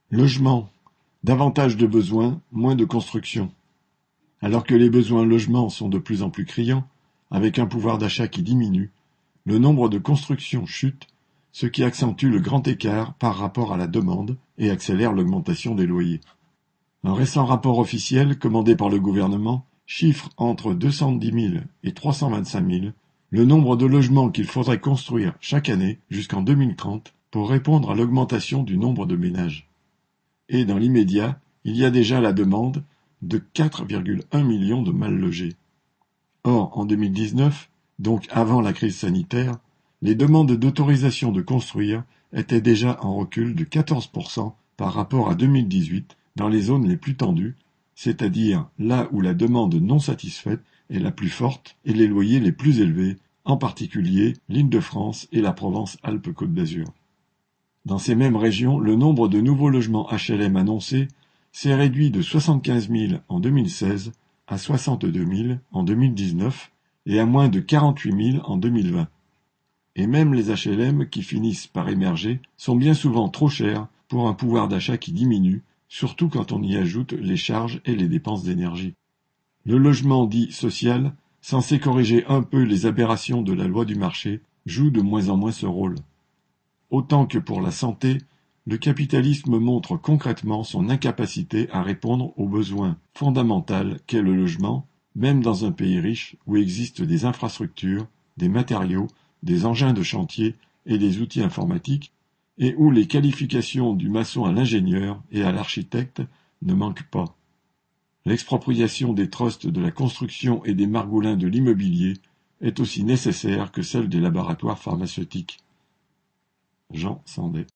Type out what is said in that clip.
Logement. Davantage de besoins, moins de construction. Alors que les besoins logement sont de plus en plus criants, avec un pouvoir d'achat qui diminue, le nombre de constructions chute, ce qui accentue le grand écart par rapport à la demande et accélère l'augmentation des loyers. Un récent rapport officiel commandé par le gouvernement chiffre entre 210 000 et 325 000 le nombre de logements qu'il faudrait construire chaque année jusqu'en 2030 pour répondre à l'augmentation du nombre de ménages. Et dans l'immédiat, il y a déjà la demande de 4,1 millions de mal logés. Or, en 2019, donc avant la crise sanitaire, les demandes d'autorisation de construire étaient déjà en recul de 14% par rapport à 2018 dans les zones les plus tendues, c'est-à-dire là où la demande non satisfaite est la plus forte et les loyers les plus élevés, en particulier l'Île-de-France et la Provence-Alpes-Côte d'Azur. Dans ces mêmes régions, le nombre de nouveaux logements HLM annoncés s'est réduit de 75 000 en 2016 à 62 000 en 2019 et à moins de 48 000 en 2020. Et même les HLM qui finissent par émerger sont bien souvent trop chers pour un pouvoir d'achat qui diminue, surtout quand on y ajoute les charges et les dépenses d'énergie. Le logement dit social, censé corriger un peu les aberrations de la loi du marché, joue de moins en moins ce rôle. Autant que pour la santé, le capitalisme montre concrètement son incapacité à répondre aux besoins fondamentaux qu'est le logement, même dans un pays riche où existent des infrastructures, des matériaux, des engins de chantier et des outils informatiques, et où les qualifications du maçon à l'ingénieur et à l'architecte ne manquent pas. L'expropriation des trusts de la construction et des margoulins de l'immobilier est aussi nécessaire que celle des laboratoires pharmaceutiques. Jean Sandé.